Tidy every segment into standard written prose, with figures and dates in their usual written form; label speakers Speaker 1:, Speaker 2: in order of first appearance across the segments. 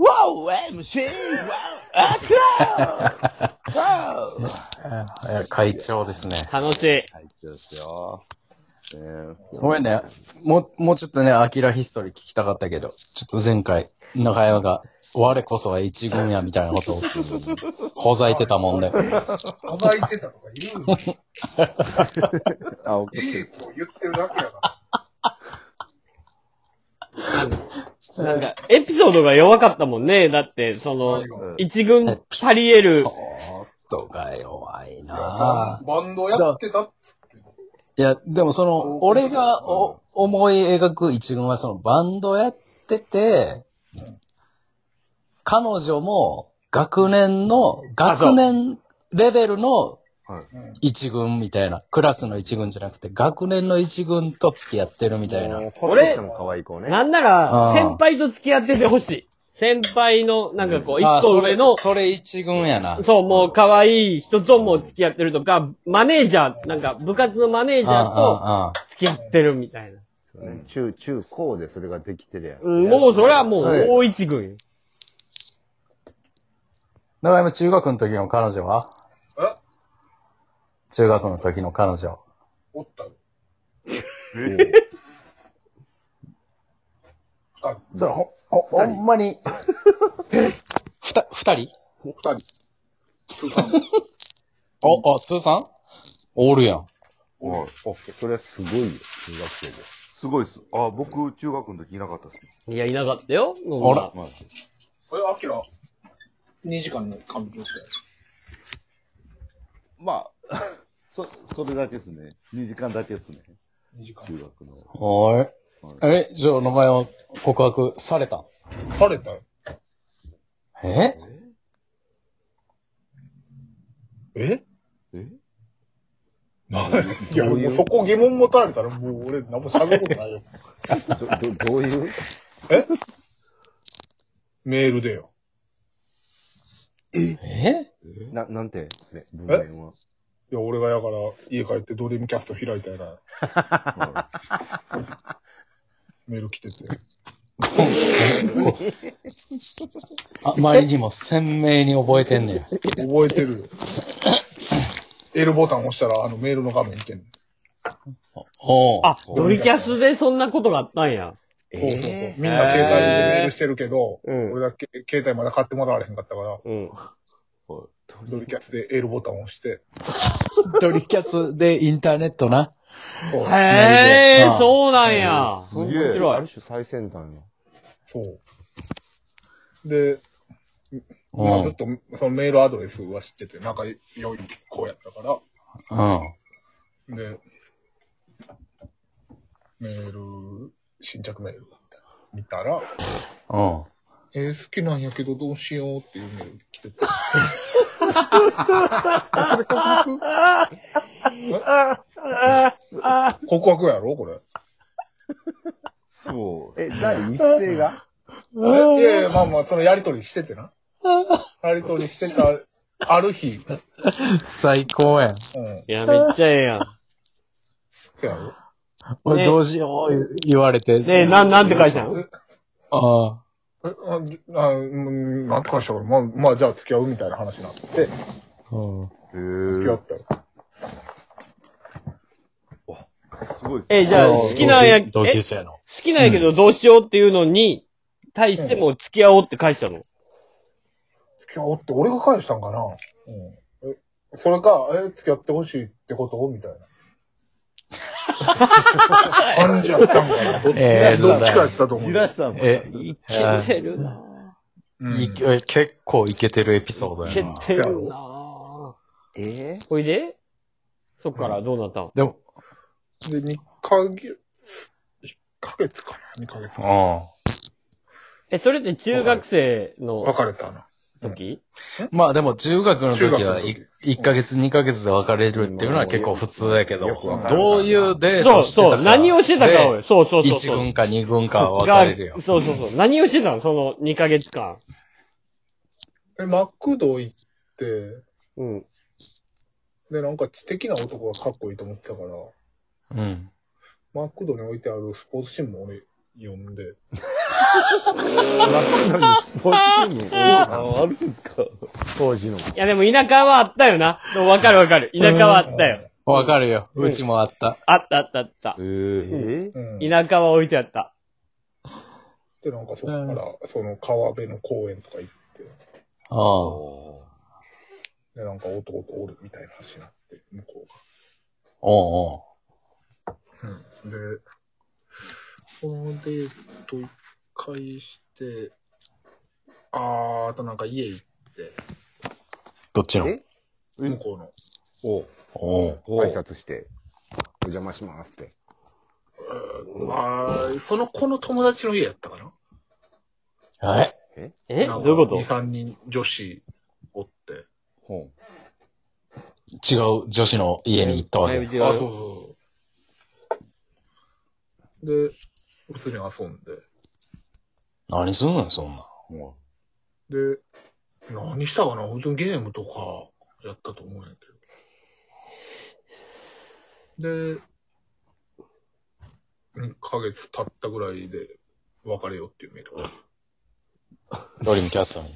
Speaker 1: ワオ MC ワオ
Speaker 2: 会長ですね。
Speaker 3: 楽しい。
Speaker 1: はい、ですよ。
Speaker 2: ごめんね。もうちょっとね、アキラヒストリー聞きたかったけど、ちょっと前回、中山が、我こそは一軍やみたいなことを、ほざいてたもんで。
Speaker 4: ほざいてたとか言うの。
Speaker 1: あ、怒って
Speaker 4: 事
Speaker 1: る。
Speaker 4: 実を言ってるだけやから。
Speaker 3: なんか、エピソードが弱かったもんね。だって、一軍足り得る。
Speaker 2: そーっとが弱いなぁ。
Speaker 4: バンドやってたって。
Speaker 2: いや、でも俺が思い描く一軍はバンドやってて、彼女も学年レベルの一軍みたいな、クラスの一軍じゃなくて、学年の一軍と付き合ってるみたいな。
Speaker 3: 俺
Speaker 1: 可愛い子ね。
Speaker 3: なんなら、先輩と付き合っててほしい。先輩の、なんかこう、一個上の、
Speaker 2: それ一軍やな。
Speaker 3: そう、もう可愛い人とも付き合ってるとか、マネージャー、なんか部活のマネージャーと付き合ってるみたいな。
Speaker 1: 中高でそれができてるやつ。
Speaker 3: もうそれはもう大一軍よ。
Speaker 2: 長山中学の時の彼女は？中学の時の彼女。
Speaker 4: おったよ。
Speaker 2: それほんまに、二人通算おるやん。
Speaker 1: それはすごいよ、中学生で。
Speaker 5: すごいっす。あ、僕、中学の時いなかったっす。
Speaker 3: いや、いなかったよ。
Speaker 2: あら。
Speaker 4: アキラ ?2 時間の完璧したよ。
Speaker 5: まあ、それだけですね。2時間だけですね。
Speaker 4: 2時間。
Speaker 5: 中学の。
Speaker 2: おい。じゃあ、名前は告白された？
Speaker 4: されたよ。
Speaker 2: え
Speaker 4: いや、もうそこ疑問持たれたらもう俺何も喋ることないよ。
Speaker 1: どういう
Speaker 4: メールでよ。
Speaker 1: なんてね、文面は。
Speaker 4: いや、俺がやから家帰ってドリームキャスト開いたやな。メール来てて。
Speaker 2: あまりにも鮮明に覚えてんねや。
Speaker 4: 覚えてるよ。L ボタン押したらメールの画面見てんの。
Speaker 3: あ、ドリキャスでそんなことがあったんや。
Speaker 4: そう。みんな携帯でメールしてるけど、俺だけ携帯まだ買ってもらわれへんかったから、ドリキャスで L ボタンを押して。
Speaker 2: ドリキャスでインターネットな。
Speaker 3: へぇー、そうなんや。
Speaker 1: すげえ。ある種最先端や。
Speaker 4: そう。で、ずっとそのメールアドレスは知ってて、仲良い子やったから。で、新着メール見たら、好きなんやけどどうしようっていうメール来てて。告白やろこれ。
Speaker 1: そう。第一声が
Speaker 4: いやいや、まあ、そのやりとりしててな。やりとりしてた、ある日。
Speaker 2: 最高やん。
Speaker 3: いや、めっちゃええやん。
Speaker 4: そうやろ
Speaker 2: 俺どうしよう言われて。
Speaker 3: なんて書いてある
Speaker 4: なんて返したから、まあ、じゃあ付き合うみたいな話になって、付き合ったよ。
Speaker 5: すごい。
Speaker 3: じゃあ、好きなんや、
Speaker 2: 同級生の。
Speaker 3: 好きなんやけどどうしようっていうのに、対しても付き合おうって返したの。
Speaker 4: 付き合おうって俺が返したんかなそれか、付き合ってほしいってことみたいな。感じやったんかなどっちかやったと思う。
Speaker 1: じらしたん
Speaker 3: いけてるな
Speaker 2: 結構いけてるエピソードやな。
Speaker 3: いけてるなほいでそっからどうなったの？
Speaker 2: でも、
Speaker 4: で、1ヶ月かな ?2 ヶ月。
Speaker 3: それって中学生の
Speaker 4: 別れたな。
Speaker 3: 時？
Speaker 2: まあでも中学の時は1ヶ月2ヶ月で別れるっていうのは結構普通やけど、どういうデートしてたか。
Speaker 3: そう、何をしてたかを、そう。
Speaker 2: 1軍か2軍かは分かれるよ。
Speaker 3: そう。何をしてたのその2ヶ月間。
Speaker 4: マクド行って、で、なんか知的な男がかっこいいと思ってたから、マクドに置いてあるスポーツ新聞俺読んで。
Speaker 1: 夏なのにスポーツチーム
Speaker 5: あるんですか。
Speaker 1: 当時の。
Speaker 3: いやでも田舎はあったよな。わかるわかる。田舎はあったよ。
Speaker 2: わかるよ。うちもあった。
Speaker 3: あったあったあった。
Speaker 4: うん。
Speaker 3: 田舎は置いてあった。
Speaker 4: で、なんかそっから、その川辺の公園とか行って、
Speaker 2: ああ。
Speaker 4: で、なんか男とおるみたいな話になって、向こうが。
Speaker 2: おう
Speaker 4: うん。で、そのデート一回して、あとなんか家行って、
Speaker 2: どっちの
Speaker 4: 向こうの。
Speaker 1: お挨拶して、お邪魔しますって。
Speaker 4: その子の友達の家やったかな。
Speaker 3: どういうこと
Speaker 4: ?2、3人女子おって。
Speaker 2: 違う女子の家に行ったわけ。
Speaker 4: そうそう。で、普通に遊んで。何
Speaker 2: すんのそんな。
Speaker 4: で、何したかな普通にゲームとかやったと思うんやけど。で、2ヶ月経ったぐらいで別れようっていうメールが。
Speaker 2: ドリームキャストに。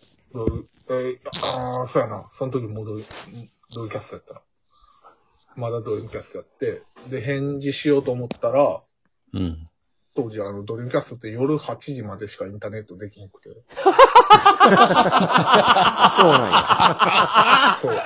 Speaker 4: そうやな。その時もドリキャストやったな。まだドリームキャストやって、で、返事しようと思ったら、当時ドリームキャストって夜8時までしかインターネットできなくて。そう
Speaker 1: なんや。
Speaker 4: そう。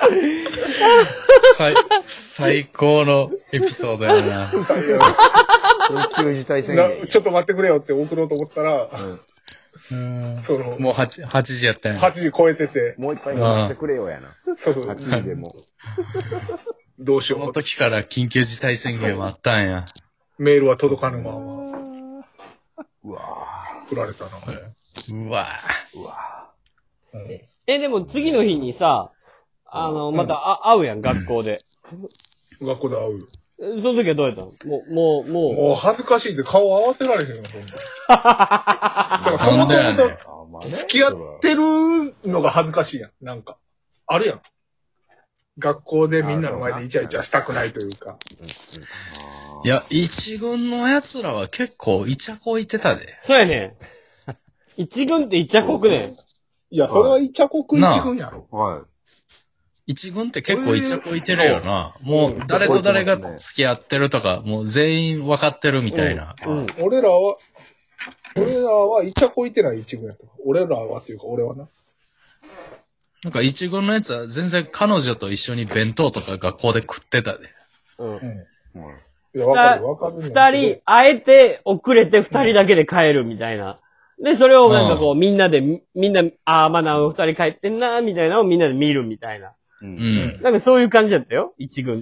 Speaker 2: 最高のエピソードやな。
Speaker 1: 緊急事態宣言。
Speaker 4: ちょっと待ってくれよって送ろうと思ったら、
Speaker 2: もう8時やったんや。
Speaker 4: 8時超えてて。
Speaker 1: もう一回待ってくれよやな。
Speaker 4: そう
Speaker 1: 8時でも。
Speaker 4: どうしよう。
Speaker 2: その時から緊急事態宣言はあったんや。
Speaker 4: メールは届かぬまま。
Speaker 1: うわ
Speaker 4: ぁ。振られたな。
Speaker 2: うわ
Speaker 3: ぁ。でも次の日にさ、また会うやん、学校で。
Speaker 4: 学校で会う。
Speaker 3: その時はどうやったのも
Speaker 4: う恥ずかしいって顔合わせられへんよ、そんな。だからそもそも付き合ってるのが恥ずかしいやん。なんか。あるやん。学校でみんなの前でイチャイチャしたくないというか。
Speaker 2: いや、一軍の奴らは結構イチャこいてたで。
Speaker 3: そうやね。一軍ってイチャこくね。
Speaker 4: いや、それはイチャこく一軍やろ。
Speaker 1: はい。
Speaker 2: 一軍って結構イチャこいてるよな。もう誰と誰が付き合ってるとか、もう全員分かってるみたいな。
Speaker 4: 俺らはイチャこいてない一軍やった。俺らはっていうか俺はな。
Speaker 2: なんか一軍のやつは全然彼女と一緒に弁当とか学校で食ってたで。
Speaker 4: いや、わかる。
Speaker 3: 二人、あえて遅れて二人だけで帰るみたいな。で、それをなんかこう、みんな、まだ二人帰ってんな、みたいなのをみんなで見るみたいな。なんかそういう感じだったよ、一軍って。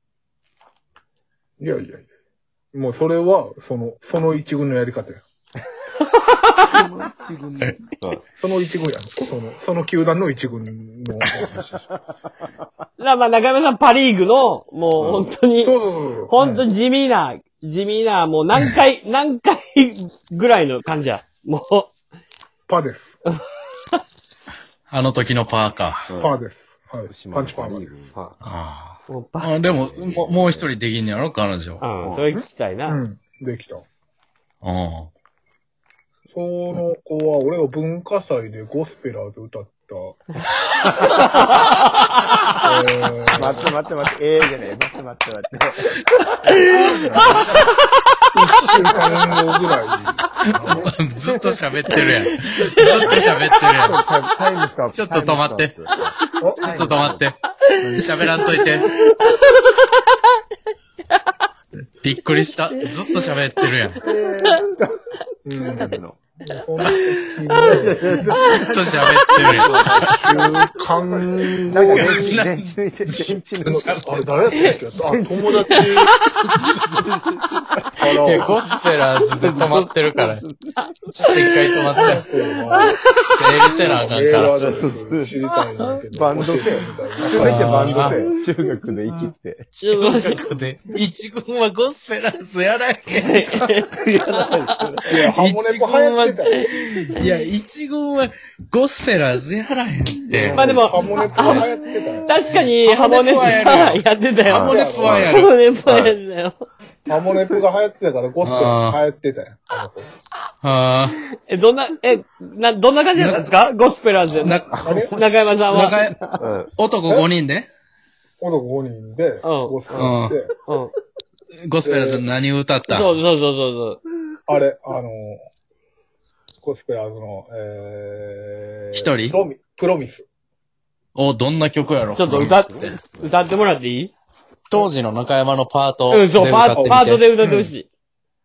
Speaker 4: いや。もうそれは、その一軍のやり方や。その一軍やん。その球団の一軍の。
Speaker 3: まあ、中山さんパリーグの、もう本当に、本当に地味な、もう何回ぐらいの感じや。もう。
Speaker 4: パです。
Speaker 2: あの時のパーか。
Speaker 4: パです。はい。パンチパーマン。
Speaker 2: でも、もう一人できんやろ彼女。
Speaker 3: それ聞きたいな。
Speaker 4: できた。その子は、俺が文化祭でゴスペラーで歌った。
Speaker 1: 待って。じゃねえ。待って。
Speaker 4: 1週間後ぐらい。
Speaker 2: ずっと喋ってるやん。ちょっと止まって。喋らんといて。びっくりした。ずっと喋ってるやん。ずっと喋ってるやん。
Speaker 4: あれ誰やったっけ？友達。
Speaker 2: ゴスペラーズで止まってるから。ちょっと一回止まって。整理せなあかんから。
Speaker 1: バンドせ。すべてバンドせ。中学で生きて。
Speaker 2: 中学で。一軍はゴスペラーズやらへん。いや、一軍はゴスペラーズやらへんって。
Speaker 3: まあでも、
Speaker 4: ハモネプはやってたよ。
Speaker 3: 確かにハモネプはやってたよ。
Speaker 2: ハモネプはやる。
Speaker 3: ハモネプはやってたよ。
Speaker 4: ハモネプが流行ってたからゴスペラーズ流行ってたやん。
Speaker 3: どんな感じなんですかゴスペラーズで。中山さんは。
Speaker 2: 男5人で
Speaker 4: 男5人で、ゴスペラーズで。
Speaker 2: ゴスペラーズ何歌った？
Speaker 3: そう。
Speaker 4: あれ、ゴスペラーズの、
Speaker 2: 一人
Speaker 4: プロミス。
Speaker 2: どんな曲やろ？
Speaker 3: ちょっと歌ってもらっていい？
Speaker 2: 当時の中山のパート。
Speaker 3: そう、パートで歌ってほしい。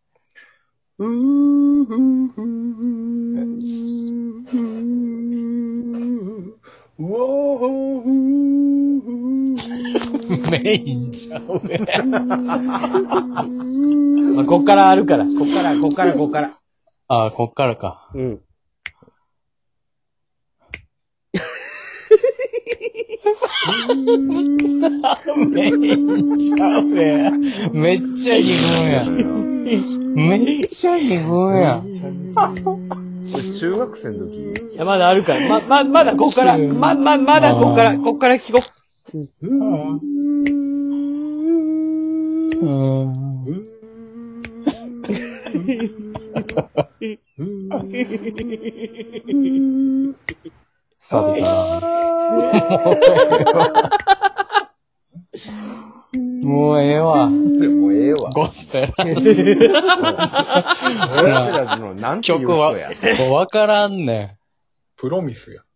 Speaker 2: メインちゃうね。
Speaker 3: まあ、こっからあるから。こっから。
Speaker 2: こっからか。
Speaker 3: うん。
Speaker 2: メインちゃうね。めっちゃ二軍や。めっちゃ二軍や。
Speaker 1: 中学生の時？
Speaker 3: いや、まだあるから。まだこっから、まだこっから聞こう。
Speaker 2: サビかな。もうええわ。ゴスペラーズ。ゴスペラ
Speaker 1: ーズのなんていう
Speaker 2: 曲は、わからんねん。
Speaker 4: プロミスや。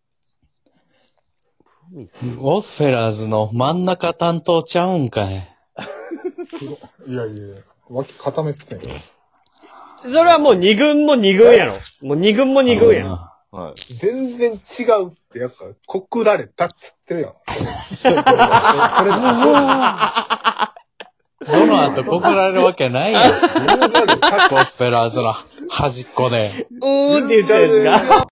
Speaker 2: ゴスペラーズの真ん中担当ちゃうんかい。
Speaker 4: いや、脇固めてたよ。
Speaker 3: それはもう二軍も二軍やろ。もう二軍も二軍やろ。
Speaker 5: はい。
Speaker 4: 全然違うって、やっぱ、告られたっつってるやん。
Speaker 2: その後告られるわけないやん。ゴスペラーズの端っこで。
Speaker 3: って言ったやつが。